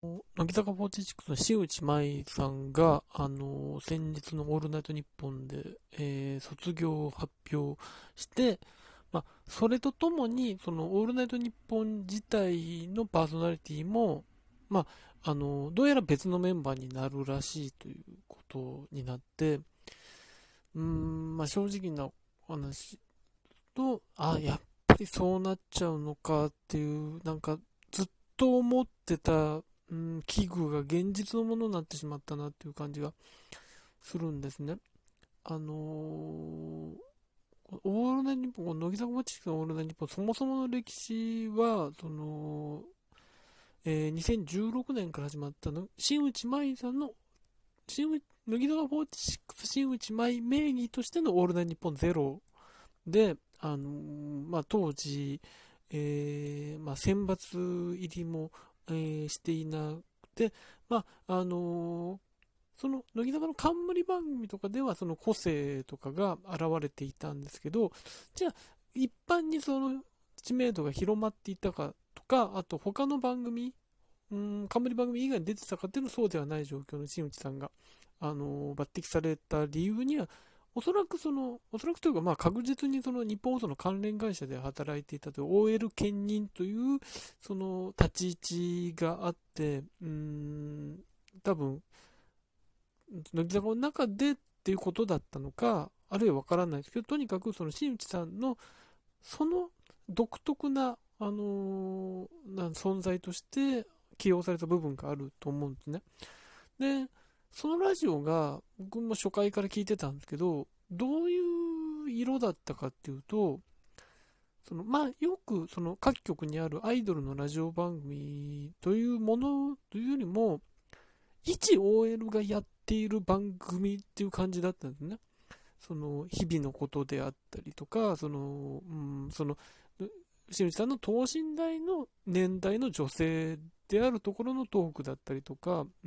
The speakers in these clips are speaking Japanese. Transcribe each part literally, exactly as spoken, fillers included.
乃木坂フォーティーシックスの新内舞さんが、あの、先日のオールナイトニッポンで、えー卒業を発表して、まあ、それとともに、その、オールナイトニッポン自体のパーソナリティも、まあ、あの、どうやら別のメンバーになるらしいということになって、うーん、まあ、正直な話と、あ、やっぱりそうなっちゃうのかっていう、なんか、ずっと思ってた、うん、危惧が現実のものになってしまったなっていう感じがするんですね。あのーオールナイトニッポン、乃木坂フォーティーシックスのオールナイトニッポン、そもそもの歴史は、その、えーにせんじゅうろくねんから始まったの、新内舞さんの、新内、乃木坂フォーティーシックス新内舞名義としてのオールナイトニッポンゼロで、あのーまあ、当時、えーまあ、選抜入りも、えーしていなくて、まああのーその乃木坂の冠番組とかではその個性とかが現れていたんですけど、じゃあ一般にその知名度が広まっていたかとか、あと他の番組、うん、冠番組以外に出てたかっていうのはそうではない状況の新内さんが、あのー抜擢された理由には、おそらくその、おそらくというか、まあ確実にその日本放送の関連会社で働いていたという オーエル 兼任という、その立ち位置があって、うーん、多分、乃木坂の中でっていうことだったのか、あるいはわからないですけど、とにかくその新内さんの、その独特な、あのーな存在として起用された部分があると思うんですね。で、そのラジオが、僕も初回から聞いてたんですけど、どういう色だったかっていうと、その、まあ、よく、その、各局にあるアイドルのラジオ番組というものというよりも、一 オーエル がやっている番組っていう感じだったんですね。その、日々のことであったりとか、その、うん、その、新内さんの等身大の年代の女性であるところのトークだったりとか、うん、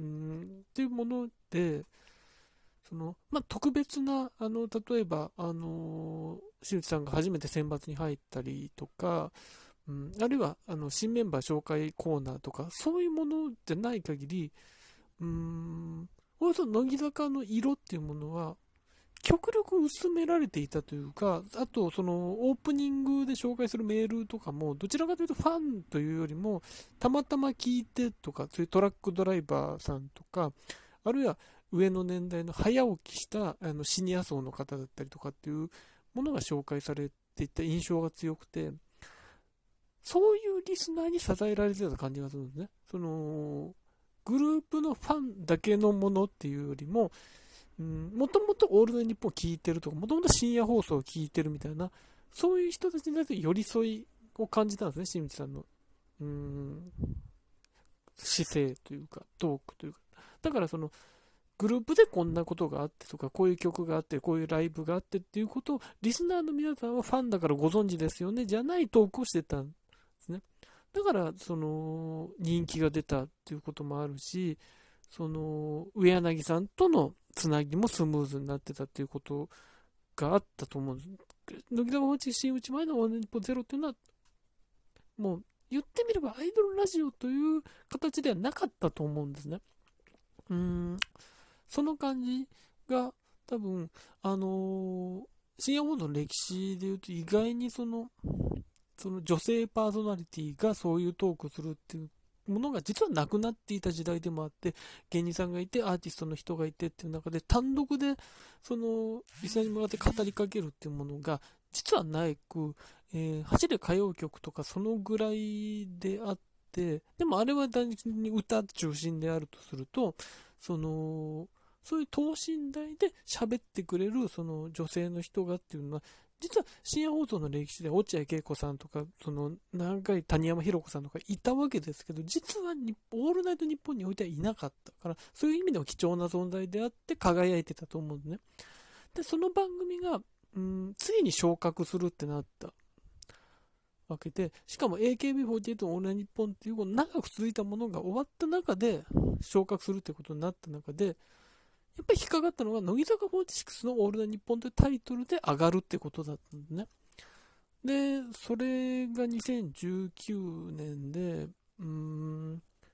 っていうもので、その、まあ、特別な、あの、例えば、あの、新内さんが初めて選抜に入ったりとか、うん、あるいは、あの、新メンバー紹介コーナーとか、そういうものじゃない限り、うーん、およそ乃木坂の色っていうものは、極力薄められていたというか、あと、その、オープニングで紹介するメールとかも、どちらかというとファンというよりも、たまたま聞いてとか、そういうトラックドライバーさんとか、あるいは上の年代の早起きしたあのシニア層の方だったりとかっていうものが紹介されていた印象が強くて、そういうリスナーに支えられてた感じがするんですね。その、グループのファンだけのものっていうよりも、もともとオールナイトニッポンを聞いてるとか、もともと深夜放送を聞いてるみたいな、そういう人たちに対する寄り添いを感じたんですね、清水さんの、うーん、姿勢というか、トークというか。だからその、グループでこんなことがあってとか、こういう曲があって、こういうライブがあってっていうことを、リスナーの皆さんはファンだからご存知ですよね、じゃないトークをしてたんですね。だから、その、人気が出たっていうこともあるし、その、上柳さんとのつなぎもスムーズになってたっていうことがあったと思うんです。乃木坂フォーティーシックス新内前のオールナイトニッポンゼロっていうのは、もう、言ってみればアイドルラジオという形ではなかったと思うんですね。うーん、その感じが、多分、あのー深夜モードの歴史で言うと、意外にその、その女性パーソナリティがそういうトークするっていうものが実はなくなっていた時代でもあって、芸人さんがいて、アーティストの人がいてっていう中で、単独で、その、リスナーに向かって語りかけるっていうものが、実はないく、えー、走れ歌謡曲とかそのぐらいであって、でもあれは単純に歌中心であるとすると、その、そういう等身大で喋ってくれるその女性の人がっていうのは、実は深夜放送の歴史で落合恵子さんとか、その長い谷山ひ子さんとかいたわけですけど、実はにオールナイトニッポンにおいてはいなかったから、そういう意味でも貴重な存在であって輝いてたと思うんですね。で、その番組が、うん、ついに昇格するってなったわけで、しかも エーケービーフォーティーエイト のオールナイトニッポンっていう長く続いたものが終わった中で昇格するってことになった中で、やっぱり引っかかったのが、乃木坂フォーティーシックスのオールナイトニッポンというタイトルで上がるってことだったんですね。で、それがにせんじゅうきゅうねんで、うーん、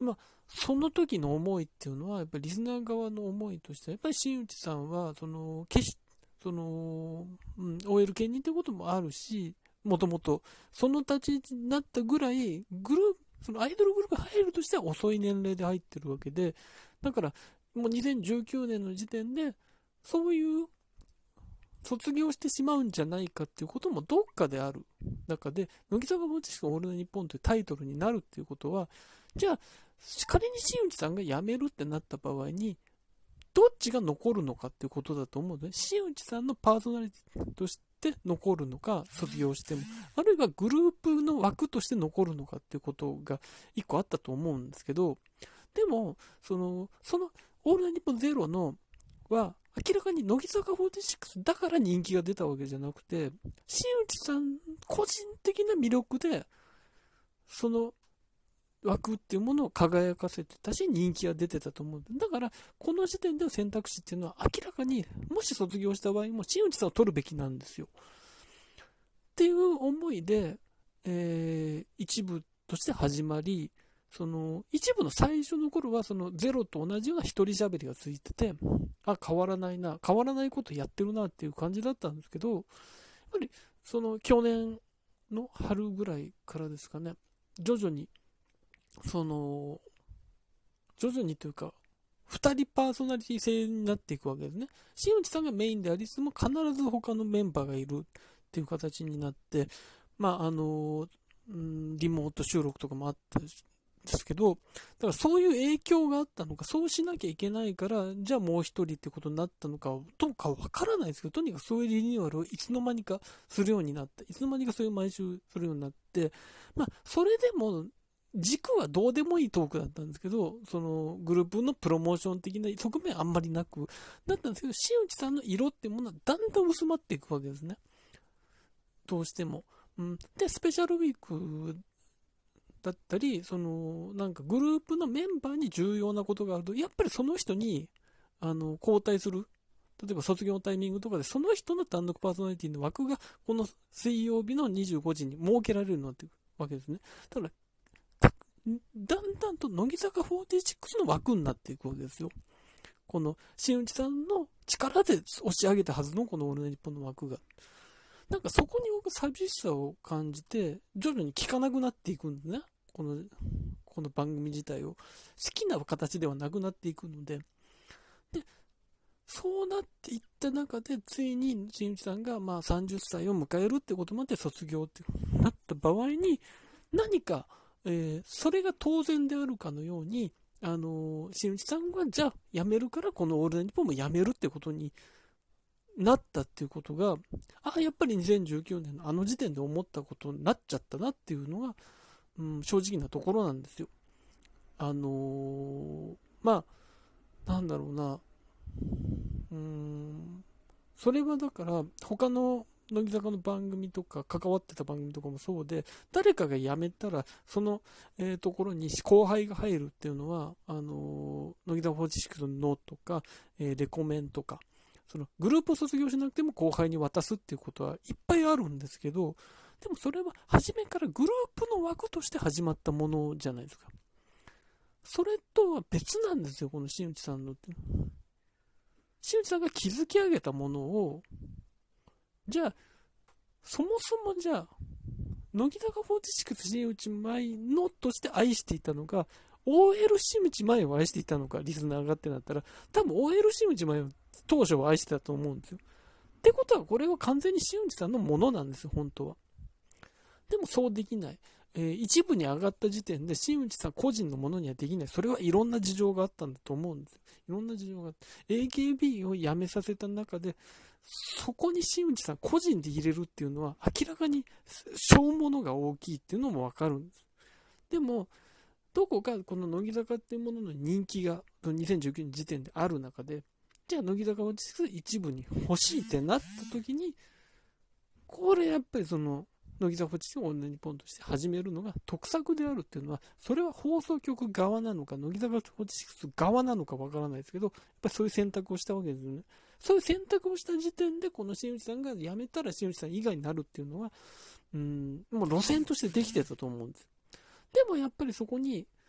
まあ、その時の思いっていうのは、やっぱりリスナー側の思いとして、やっぱり新内さんは、その、決し、その、うん、オーエル 兼任ってこともあるし、もともと、その立ち位置になったぐらい、グループ、そのアイドルグループ入るとしては遅い年齢で入ってるわけで、だから、もうにせんじゅうきゅうねんの時点で、そういう卒業してしまうんじゃないかっていうこともどっかである中で、乃木坂フォーティーシックスオールナイトニッポンというタイトルになるっていうことは、じゃあ、仮に新内さんが辞めるってなった場合に、どっちが残るのかっていうことだと思うので、新内さんのパーソナリティとして残るのか、卒業しても、あるいはグループの枠として残るのかっていうことが一個あったと思うんですけど、でも、その、その、オールナイトニッポンゼロのは、明らかに乃木坂フォーティーシックスだから人気が出たわけじゃなくて、新内さん個人的な魅力で、その枠っていうものを輝かせてたし、人気が出てたと思う。だから、この時点での選択肢っていうのは明らかに、もし卒業した場合も新内さんを取るべきなんですよ。っていう思いで、えー、一部として始まり、その一部の最初の頃はそのゼロと同じような一人喋りがついてて、あ、変わらないな、変わらないことやってるなっていう感じだったんですけど、やっぱりその去年の春ぐらいからですかね、徐々に、その、徐々にというか、二人パーソナリティ制になっていくわけですね。新内さんがメインでありつつも必ず他のメンバーがいるっていう形になって、まああの、うん、リモート収録とかもあったですけど、だからそういう影響があったのか、そうしなきゃいけないから、じゃあもう一人ってことになったのか、どうかわからないですけど、とにかくそういうリニューアルをいつの間にかするようになった。いつの間にかそういう毎週するようになって、まあ、それでも、軸はどうでもいいトークだったんですけど、そのグループのプロモーション的な側面はあんまりなくだったんですけど、新内さんの色っていうものはだんだん薄まっていくわけですね。どうしても。うん、で、スペシャルウィークだったり、その、なんかグループのメンバーに重要なことがあると、やっぱりその人に、あの、交代する。例えば卒業のタイミングとかで、その人の単独パーソナリティの枠が、この水曜日のにじゅうごじに設けられるようになっていくわけですね。だから、だんだんと乃木坂フォーティーシックスの枠になっていくわけですよ。この新内さんの力で押し上げたはずのこのオールナイトニッポンの枠が。なんかそこに僕寂しさを感じて、徐々に聞かなくなっていくんですね。この、この番組自体を。好きな形ではなくなっていくので。で、そうなっていった中で、ついに新内さんがまあさんじゅっさいを迎えるってことまで卒業ってなった場合に、何か、えー、それが当然であるかのように、あのー、新内さんがじゃあ辞めるからこのオールナイトニッポンも辞めるってことになったっていうことが、あ、やっぱりにせんじゅうきゅうねんのあの時点で思ったことになっちゃったなっていうのが、うん、正直なところなんですよ。あのー、まあ、なんだろうな、うーん、それはだから他の乃木坂の番組とか関わってた番組とかもそうで、誰かが辞めたらその、えー、ところに後輩が入るっていうのは、あのー、乃木坂フォーティーシックスのノーとか、えー、レコメンとか、そのグループを卒業しなくても後輩に渡すっていうことはいっぱいあるんですけど、でもそれは初めからグループの枠として始まったものじゃないですか。それとは別なんですよ、この新内さんのって。新内さんが築き上げたものを、じゃあ、そもそもじゃあ、乃木坂フォーティーシックス新内舞のとして愛していたのが、オーエル 新内舞を愛していたのか、リスナーがってなったら、多分 オーエル 新内舞を当初は愛してたと思うんですよ。ってことは、これは完全に新内さんのものなんですよ、本当は。でもそうできない。えー、一部に上がった時点で新内さん個人のものにはできない。それはいろんな事情があったんだと思うんです。いろんな事情があって。エーケービー を辞めさせた中で、そこに新内さん個人で入れるっていうのは明らかに小物が大きいっていうのもわかるんです。でも、どこかこの乃木坂っていうものの人気がにせんじゅうきゅうねん時点である中で、じゃあ乃木坂を一部に欲しいってなった時に、これやっぱりその、乃木坂フォーティーシックスをオンライン日本として始めるのが得策であるっていうのは、それは放送局側なのか、乃木坂フォーティーシックス側なのかわからないですけど、やっぱりそういう選択をしたわけですよね。そういう選択をした時点で、この新内さんが辞めたら新内さん以外になるっていうのは、うーん、もう路線としてできてたと思うんです。でもやっぱりそこに、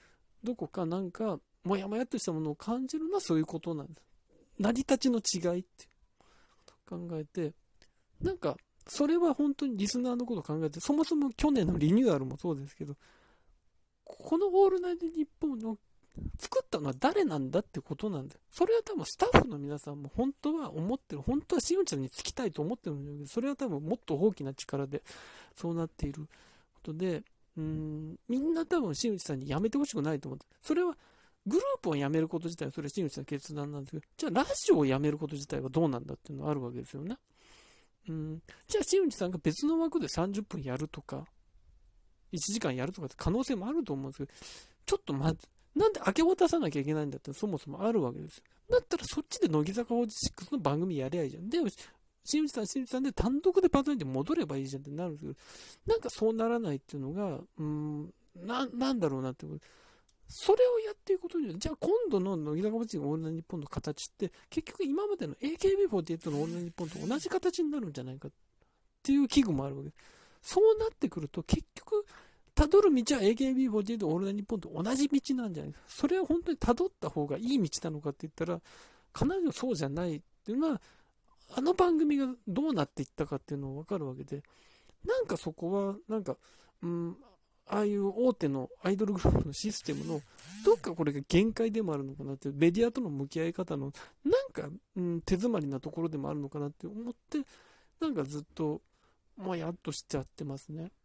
どこかなんか、もやもやっとしたものを感じるのはそういうことなんです。成り立ちの違いって考えて、なんか、それは本当にリスナーのことを考えて、そもそも去年のリニューアルもそうですけど、このオールナイトニッポンの作ったのは誰なんだってことなんだよ。それは多分スタッフの皆さんも本当は思ってる。本当は新内さんにつきたいと思ってるんだけど、それは多分もっと大きな力でそうなっていることで、うーん、みんな多分新内さんに辞めてほしくないと思って。それはグループを辞めること自体はそれは新内さんの決断なんですけど、じゃあラジオを辞めること自体はどうなんだっていうのがあるわけですよね。うん、じゃあ新内さんが別の枠でさんじゅっぷんやるとか、いちじかんやるとかって可能性もあると思うんですけど、ちょっとまず、なんで明け渡さなきゃいけないんだってそもそもあるわけですよ。だったらそっちで乃木坂フォーティシックスの番組やりゃいいじゃん。で、新内さん、新内さんで単独でパートナーで戻ればいいじゃんってなるんですけど、なんかそうならないっていうのが、うーん、な、なんだろうなってこと。それをやっていくことによって、じゃあ今度の乃木坂フォーティシックスのオールナイトニッポンの形って、結局今までの エーケービーフォーティーエイト のオールナイトニッポンと同じ形になるんじゃないかっていう危惧もあるわけです。そうなってくると、結局、たどる道は エーケービーフォーティーエイト オールナイトニッポンと同じ道なんじゃないですか。それは本当にたどった方がいい道なのかって言ったら、必ずそうじゃないっていうのは、あの番組がどうなっていったかっていうのがわかるわけで、なんかそこは、なんか、うん、ああいう大手のアイドルグループのシステムの、どっかこれが限界でもあるのかなって、メディアとの向き合い方の、なんか、うん、手詰まりなところでもあるのかなって思って、なんかずっと、もやっとしちゃってますね。